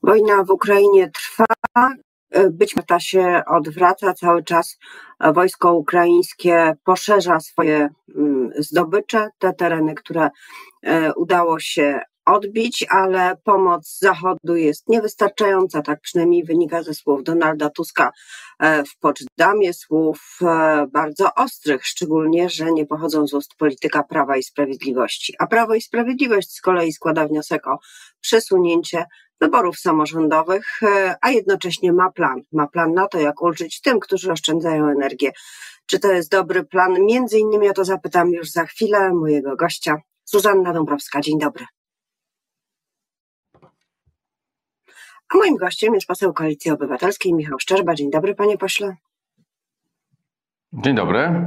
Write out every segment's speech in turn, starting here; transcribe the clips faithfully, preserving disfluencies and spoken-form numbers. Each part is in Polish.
Wojna w Ukrainie trwa, być może ta się odwraca cały czas. Wojsko ukraińskie poszerza swoje zdobycze, te tereny, które udało się odbić, ale pomoc Zachodu jest niewystarczająca, tak przynajmniej wynika ze słów Donalda Tuska w Poczdamie, słów bardzo ostrych, szczególnie, że nie pochodzą z ust polityka Prawa i Sprawiedliwości. A Prawo i Sprawiedliwość z kolei składa wniosek o przesunięcie wyborów samorządowych, a jednocześnie ma plan. Ma plan na to, jak ulżyć tym, którzy oszczędzają energię. Czy to jest dobry plan? Między innymi o to zapytam już za chwilę mojego gościa, Zuzanna Dąbrowska. Dzień dobry. A moim gościem jest poseł Koalicji Obywatelskiej Michał Szczerba. Dzień dobry, panie pośle. Dzień dobry.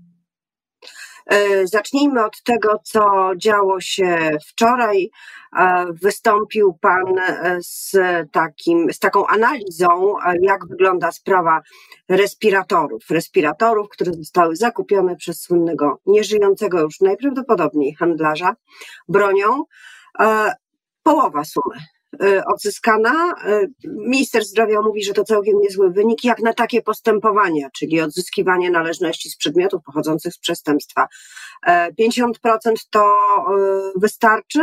Zacznijmy od tego, co działo się wczoraj. Wystąpił pan z, takim, z taką analizą, jak wygląda sprawa respiratorów. Respiratorów, które zostały zakupione przez słynnego, nieżyjącego już najprawdopodobniej handlarza bronią. Połowa sumy odzyskana. Minister zdrowia mówi, że to całkiem niezły wynik, jak na takie postępowania, czyli odzyskiwanie należności z przedmiotów pochodzących z przestępstwa. pięćdziesiąt procent to wystarczy?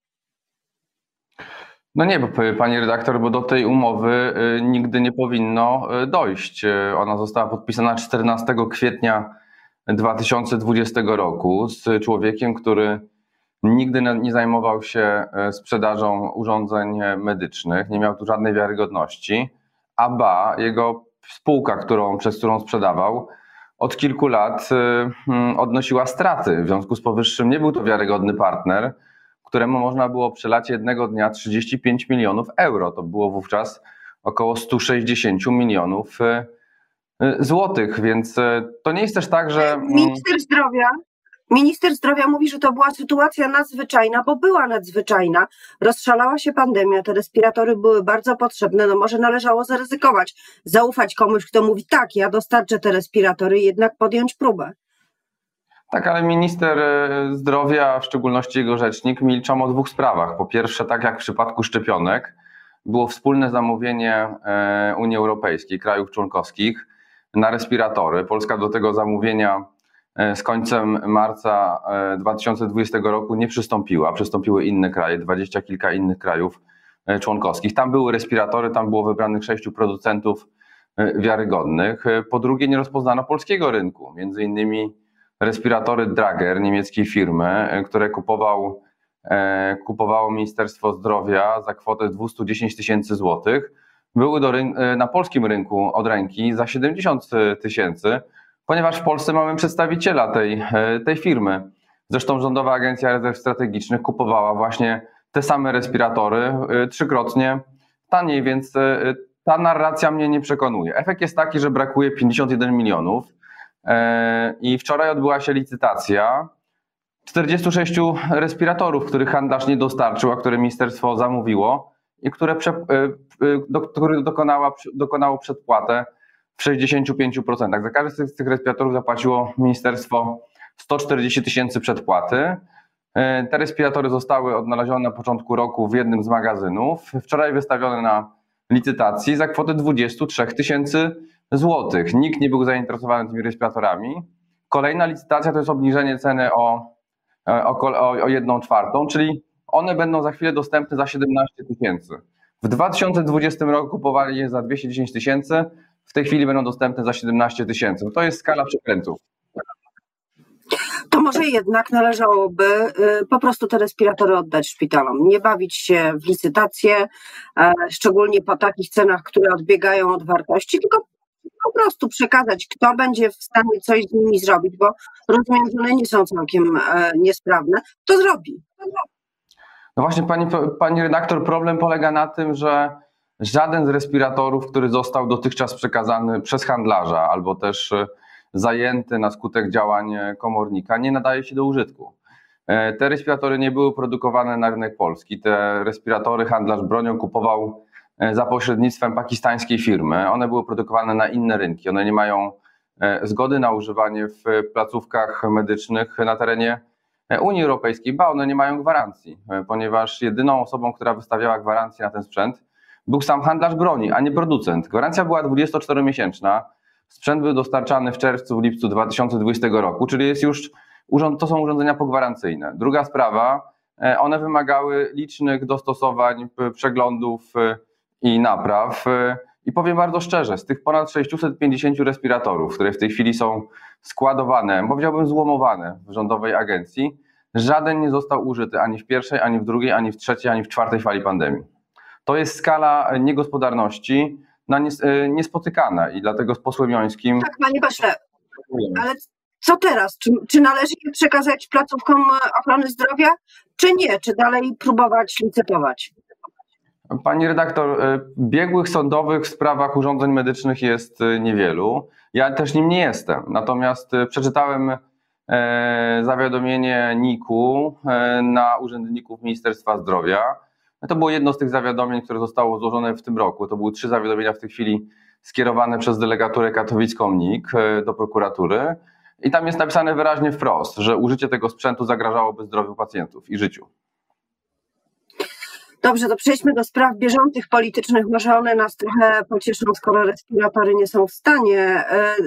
No nie, bo pani redaktor, bo do tej umowy nigdy nie powinno dojść. Ona została podpisana czternastego kwietnia dwa tysiące dwudziestego roku z człowiekiem, który nigdy nie zajmował się sprzedażą urządzeń medycznych, nie miał tu żadnej wiarygodności, a ba, jego spółka, którą, przez którą sprzedawał, od kilku lat odnosiła straty. W związku z powyższym nie był to wiarygodny partner, któremu można było przelać jednego dnia trzydzieści pięć milionów euro. To było wówczas około sto sześćdziesiąt milionów złotych, więc to nie jest też tak, że... Minister zdrowia Minister zdrowia mówi, że to była sytuacja nadzwyczajna, bo była nadzwyczajna. Rozszalała się pandemia, te respiratory były bardzo potrzebne, no może należało zaryzykować, zaufać komuś, kto mówi tak, ja dostarczę te respiratory, jednak podjąć próbę. Tak, ale minister zdrowia, w szczególności jego rzecznik, milczą o dwóch sprawach. Po pierwsze, tak jak w przypadku szczepionek, było wspólne zamówienie Unii Europejskiej, krajów członkowskich na respiratory. Polska do tego zamówienia z końcem marca dwa tysiące dwudziestego roku nie przystąpiła. Przystąpiły inne kraje, dwadzieścia kilka innych krajów członkowskich. Tam były respiratory, tam było wybranych sześciu producentów wiarygodnych. Po drugie, nie rozpoznano polskiego rynku. Między innymi respiratory Drager, niemieckiej firmy, które kupował, kupowało Ministerstwo Zdrowia za kwotę dwieście dziesięć tysięcy złotych, były do ryn- na polskim rynku od ręki za siedemdziesiąt tysięcy, ponieważ w Polsce mamy przedstawiciela tej, tej firmy. Zresztą Rządowa Agencja Rezerw Strategicznych kupowała właśnie te same respiratory trzykrotnie taniej, więc ta narracja mnie nie przekonuje. Efekt jest taki, że brakuje pięćdziesiąt jeden milionów i wczoraj odbyła się licytacja czterdziestu sześciu respiratorów, których handlarz nie dostarczył, a które ministerstwo zamówiło i które, do których dokonała, dokonało przedpłatę w sześćdziesięciu pięciu procentach. Za każdy z tych respiratorów zapłaciło ministerstwo sto czterdzieści tysięcy przedpłaty. Te respiratory zostały odnalezione na początku roku w jednym z magazynów. Wczoraj wystawione na licytacji za kwotę dwadzieścia trzy tysięcy złotych. Nikt nie był zainteresowany tymi respiratorami. Kolejna licytacja to jest obniżenie ceny o, o, o jedną czwartą, czyli one będą za chwilę dostępne za siedemnaście tysięcy. W dwa tysiące dwudziestym roku kupowali je za dwieście dziesięć tysięcy, w tej chwili będą dostępne za siedemnaście tysięcy. To jest skala przekrętów. To może jednak należałoby po prostu te respiratory oddać szpitalom, nie bawić się w licytacje, szczególnie po takich cenach, które odbiegają od wartości, tylko po prostu przekazać, kto będzie w stanie coś z nimi zrobić, bo rozumiem, że one nie są całkiem niesprawne, to zrobi. No właśnie, pani, pani redaktor, problem polega na tym, że żaden z respiratorów, który został dotychczas przekazany przez handlarza albo też zajęty na skutek działań komornika, nie nadaje się do użytku. Te respiratory nie były produkowane na rynek polski. Te respiratory handlarz bronią kupował za pośrednictwem pakistańskiej firmy. One były produkowane na inne rynki. One nie mają zgody na używanie w placówkach medycznych na terenie Unii Europejskiej, ba, one nie mają gwarancji, ponieważ jedyną osobą, która wystawiała gwarancję na ten sprzęt, był sam handlarz broni, a nie producent. Gwarancja była dwudziestoczteromiesięczna. Sprzęt był dostarczany w czerwcu, w lipcu dwa tysiące dwudziestego roku, czyli jest już, to są urządzenia pogwarancyjne. Druga sprawa, one wymagały licznych dostosowań, przeglądów i napraw. I powiem bardzo szczerze, z tych ponad sześciuset pięćdziesięciu respiratorów, które w tej chwili są składowane, powiedziałbym złomowane w rządowej agencji, żaden nie został użyty ani w pierwszej, ani w drugiej, ani w trzeciej, ani w czwartej fali pandemii. To jest skala niegospodarności niespotykana i dlatego z posłem Jońskim... Tak, panie pośle, ale co teraz? Czy, czy należy je przekazać placówkom ochrony zdrowia, czy nie? Czy dalej próbować licytować? Pani redaktor, biegłych sądowych w sprawach urządzeń medycznych jest niewielu. Ja też nim nie jestem. Natomiast przeczytałem zawiadomienie N I K-u na urzędników Ministerstwa Zdrowia. To było jedno z tych zawiadomień, które zostało złożone w tym roku. To były trzy zawiadomienia w tej chwili skierowane przez delegaturę katowicką N I K do prokuratury. I tam jest napisane wyraźnie wprost, że użycie tego sprzętu zagrażałoby zdrowiu pacjentów i życiu. Dobrze, to przejdźmy do spraw bieżących politycznych. Może one nas trochę pocieszą, skoro respiratory nie są w stanie.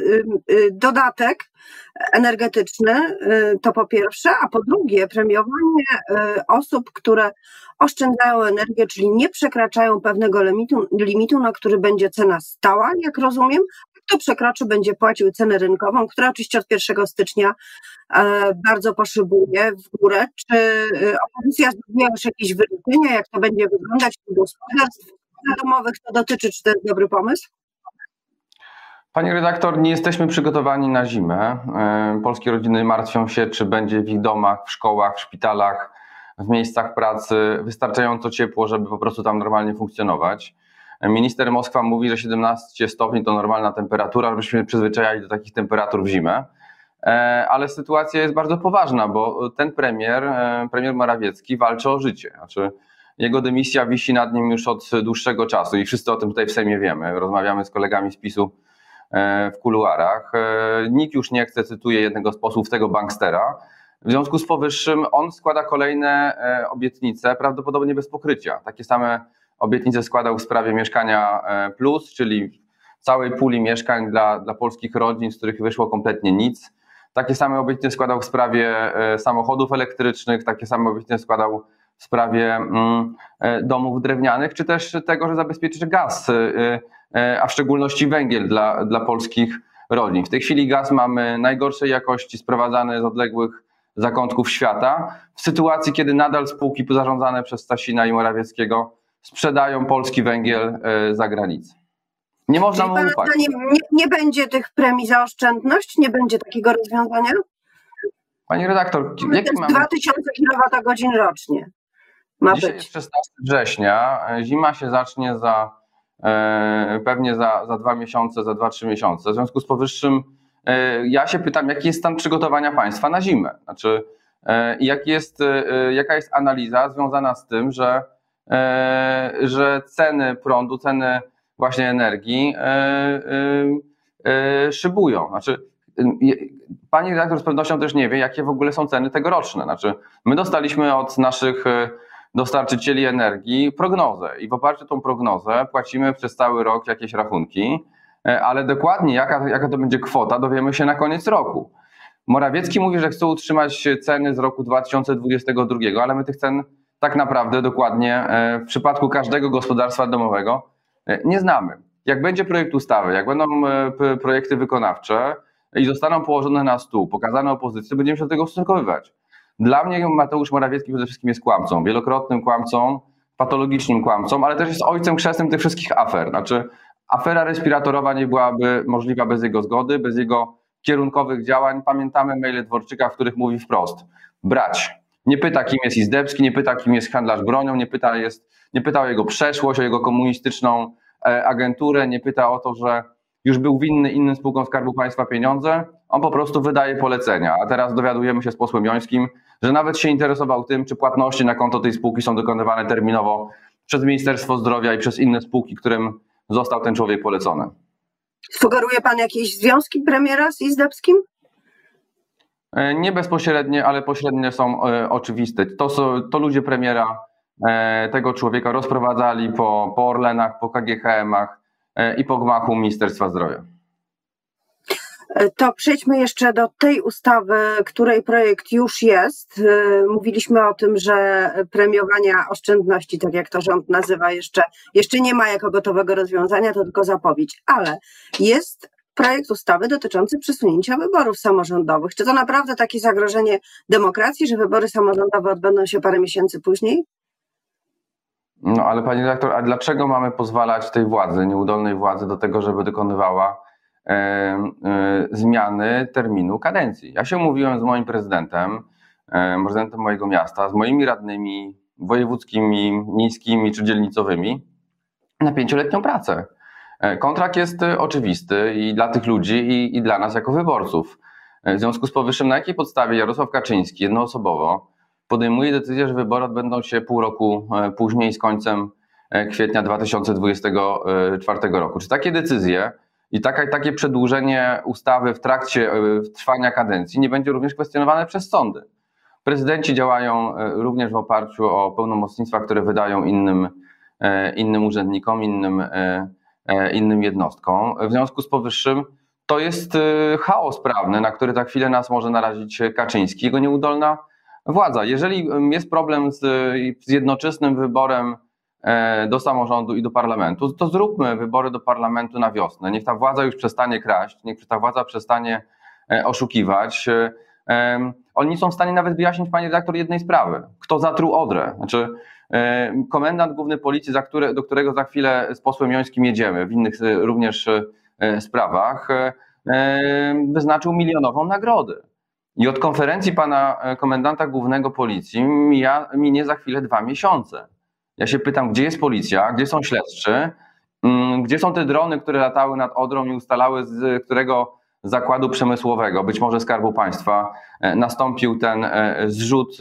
Dodatek energetyczny to po pierwsze, a po drugie premiowanie osób, które oszczędzają energię, czyli nie przekraczają pewnego limitu, limitu, na który będzie cena stała, jak rozumiem. Kto przekroczy, będzie płacił cenę rynkową, która oczywiście od pierwszego stycznia bardzo poszybuje w górę. Czy opozycja zrobiła już jakieś wyliczenia, jak to będzie wyglądać u gospodarstw domowych, to dotyczy, czy to jest dobry pomysł? Pani redaktor, nie jesteśmy przygotowani na zimę. Polskie rodziny martwią się, czy będzie w ich domach, w szkołach, w szpitalach, w miejscach pracy wystarczająco ciepło, żeby po prostu tam normalnie funkcjonować. Minister Moskwa mówi, że siedemnaście stopni to normalna temperatura, żebyśmy przyzwyczajali do takich temperatur w zimę. Ale sytuacja jest bardzo poważna, bo ten premier, premier Morawiecki walczy o życie. Znaczy, jego dymisja wisi nad nim już od dłuższego czasu i wszyscy o tym tutaj w Sejmie wiemy. Rozmawiamy z kolegami z PiSu w kuluarach. Nikt już nie chce, cytuję jednego z posłów, tego bankstera. W związku z powyższym on składa kolejne obietnice, prawdopodobnie bez pokrycia. Takie same obietnice składał w sprawie Mieszkania Plus, czyli całej puli mieszkań dla, dla polskich rodzin, z których wyszło kompletnie nic. Takie same obietnice składał w sprawie samochodów elektrycznych, takie same obietnice składał w sprawie mm, domów drewnianych, czy też tego, że zabezpieczy gaz, a w szczególności węgiel dla, dla polskich rodzin. W tej chwili gaz mamy najgorszej jakości, sprowadzany z odległych zakątków świata, w sytuacji, kiedy nadal spółki zarządzane przez Sasina i Morawieckiego sprzedają polski węgiel za granicę. Nie można mu ufać. Nie, nie, nie będzie tych premii za oszczędność? Nie będzie takiego rozwiązania? Pani redaktor, jaki mamy... dwa tysiące kilowatogodzin rocznie ma Dzisiaj być. Jest szesnastego września, zima się zacznie za e, pewnie za, za dwa miesiące, za dwa, trzy miesiące. W związku z powyższym e, ja się pytam, jaki jest stan przygotowania państwa na zimę? Znaczy, e, jak jest, e, jaka jest analiza związana z tym, że, e, że ceny prądu, ceny właśnie energii e, e, e, szybują. Znaczy, pani redaktor z pewnością też nie wie, jakie w ogóle są ceny tegoroczne. Znaczy, my dostaliśmy od naszych dostarczycieli energii prognozę i w oparciu o tą prognozę płacimy przez cały rok jakieś rachunki, ale dokładnie jaka, jaka to będzie kwota, dowiemy się na koniec roku. Morawiecki mówi, że chce utrzymać ceny z roku dwa tysiące dwudziestego drugiego, ale my tych cen tak naprawdę dokładnie w przypadku każdego gospodarstwa domowego nie znamy. Jak będzie projekt ustawy, jak będą projekty wykonawcze i zostaną położone na stół, pokazane opozycji, będziemy się do tego ustosunkowywać. Dla mnie Mateusz Morawiecki przede wszystkim jest kłamcą, wielokrotnym kłamcą, patologicznym kłamcą, ale też jest ojcem chrzestnym tych wszystkich afer. Znaczy, afera respiratorowa nie byłaby możliwa bez jego zgody, bez jego kierunkowych działań. Pamiętamy maile Dworczyka, w których mówi wprost: brać. Nie pyta, kim jest Izdebski, nie pyta, kim jest handlarz bronią, nie pyta, jest, nie pyta o jego przeszłość, o jego komunistyczną agenturę, nie pyta o to, że już był winny innym spółkom Skarbu Państwa pieniądze, on po prostu wydaje polecenia. A teraz dowiadujemy się z posłem Jońskim, że nawet się interesował tym, czy płatności na konto tej spółki są dokonywane terminowo przez Ministerstwo Zdrowia i przez inne spółki, którym został ten człowiek polecony. Sugeruje pan jakieś związki premiera z Izdebskim? Nie bezpośrednie, ale pośrednie są oczywiste. To, są, to ludzie premiera tego człowieka rozprowadzali po, po Orlenach, po K G H M-ach i po gmachu Ministerstwa Zdrowia. To przejdźmy jeszcze do tej ustawy, której projekt już jest. Mówiliśmy o tym, że premiowania oszczędności, tak jak to rząd nazywa, jeszcze, jeszcze nie ma jako gotowego rozwiązania, to tylko zapowiedź, ale jest projekt ustawy dotyczący przesunięcia wyborów samorządowych. Czy to naprawdę takie zagrożenie demokracji, że wybory samorządowe odbędą się parę miesięcy później? No ale pani redaktor, a dlaczego mamy pozwalać tej władzy, nieudolnej władzy do tego, żeby dokonywała e, e, zmiany terminu kadencji? Ja się umówiłem z moim prezydentem, e, prezydentem mojego miasta, z moimi radnymi wojewódzkimi, miejskimi czy dzielnicowymi na pięcioletnią pracę. E, kontrakt jest oczywisty i dla tych ludzi i, i dla nas jako wyborców. E, w związku z powyższym, na jakiej podstawie Jarosław Kaczyński jednoosobowo podejmuje decyzję, że wybory odbędą się pół roku później, z końcem kwietnia dwa tysiące dwudziestego czwartego roku. Czy takie decyzje i taka, takie przedłużenie ustawy w trakcie trwania kadencji nie będzie również kwestionowane przez sądy? Prezydenci działają również w oparciu o pełnomocnictwa, które wydają innym, innym urzędnikom, innym, innym jednostkom. W związku z powyższym to jest chaos prawny, na który za chwilę nas może narazić Kaczyński, jego nieudolna władza. Jeżeli jest problem z, z jednoczesnym wyborem do samorządu i do parlamentu, to zróbmy wybory do parlamentu na wiosnę. Niech ta władza już przestanie kraść, niech ta władza przestanie oszukiwać. Oni nie są w stanie nawet wyjaśnić, pani redaktor, jednej sprawy. Kto zatruł Odrę? Znaczy, komendant główny policji, za które, do którego za chwilę z posłem Jońskim jedziemy, w innych również sprawach, wyznaczył milionową nagrodę. I od konferencji pana komendanta głównego policji mija, minie za chwilę dwa miesiące. Ja się pytam, gdzie jest policja, gdzie są śledczy, gdzie są te drony, które latały nad Odrą i ustalały, z którego zakładu przemysłowego, być może Skarbu Państwa, nastąpił ten zrzut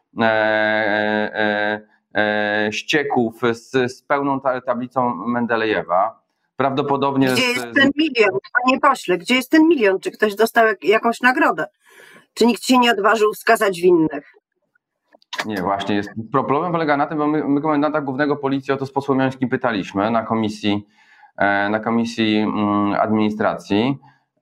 ścieków z, z pełną tablicą Mendelejewa. Prawdopodobnie. Gdzie jest ten milion, panie pośle, gdzie jest ten milion? Czy ktoś dostał jakąś nagrodę? Czy nikt się nie odważył wskazać winnych? Nie, właśnie jest. Problem polega na tym, bo my, my komendanta głównego policji o to z posłem Jońskim pytaliśmy na komisji, na komisji administracji,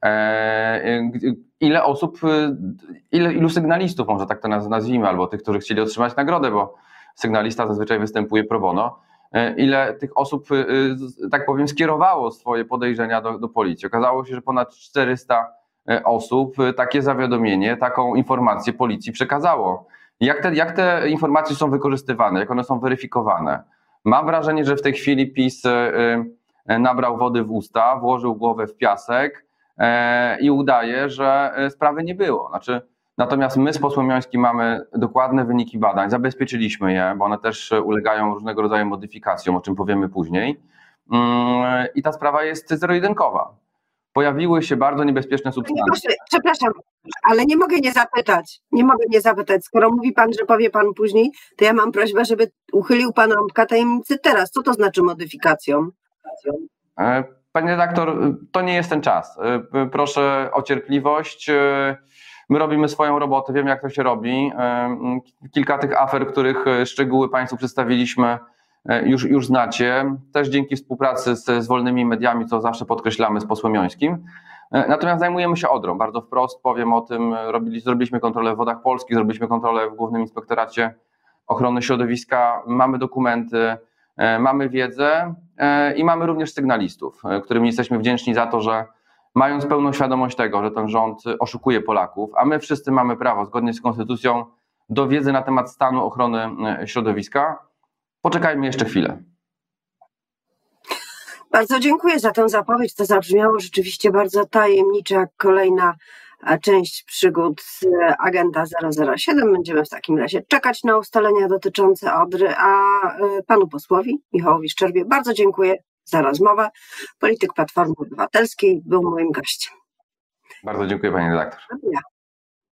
ile osób, ile, ilu sygnalistów, może tak to nazwijmy, albo tych, którzy chcieli otrzymać nagrodę, bo sygnalista zazwyczaj występuje pro bono, ile tych osób, tak powiem, skierowało swoje podejrzenia do, do policji. Okazało się, że ponad czterysta osób takie zawiadomienie, taką informację policji przekazało. Jak te, jak te informacje są wykorzystywane, jak one są weryfikowane? Mam wrażenie, że w tej chwili PiS nabrał wody w usta, włożył głowę w piasek i udaje, że sprawy nie było. Znaczy, natomiast my z posłem Jońskim mamy dokładne wyniki badań, zabezpieczyliśmy je, bo one też ulegają różnego rodzaju modyfikacjom, o czym powiemy później. I ta sprawa jest zero-jedynkowa. Pojawiły się bardzo niebezpieczne substancje. Proszę, przepraszam, ale nie mogę nie zapytać. Nie mogę nie zapytać. Skoro mówi pan, że powie pan później, to ja mam prośbę, żeby uchylił pan rąbka tajemnicy teraz. Co to znaczy modyfikacją? Pani redaktor, to nie jest ten czas. Proszę o cierpliwość. My robimy swoją robotę, wiemy, jak to się robi. Kilka tych afer, których szczegóły państwu przedstawiliśmy, Już, już znacie, też dzięki współpracy z, z wolnymi mediami, co zawsze podkreślamy z posłem Jońskim. Natomiast zajmujemy się Odrą, bardzo wprost powiem o tym, robili, zrobiliśmy kontrolę w Wodach Polskich, zrobiliśmy kontrolę w Głównym Inspektoracie Ochrony Środowiska, mamy dokumenty, mamy wiedzę i mamy również sygnalistów, którym jesteśmy wdzięczni za to, że mając pełną świadomość tego, że ten rząd oszukuje Polaków, a my wszyscy mamy prawo, zgodnie z konstytucją, do wiedzy na temat stanu ochrony środowiska. Poczekajmy jeszcze chwilę. Bardzo dziękuję za tę zapowiedź. To zabrzmiało rzeczywiście bardzo tajemniczo, jak kolejna część przygód Agenta zero zero siedem. Będziemy w takim razie czekać na ustalenia dotyczące Odry, a panu posłowi Michałowi Szczerbie bardzo dziękuję za rozmowę. Polityk Platformy Obywatelskiej był moim gościem. Bardzo dziękuję, pani redaktor. Ja.